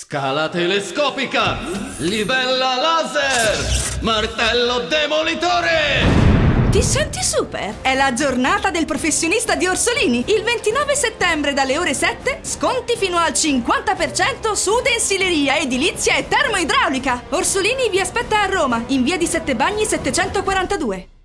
Scala telescopica, livella laser, martello demolitore! Ti senti super? È la giornata del professionista di Orsolini. Il 29 settembre dalle ore 7, sconti fino al 50% su utensileria, edilizia e termoidraulica. Orsolini vi aspetta a Roma, in via di Settebagni 742.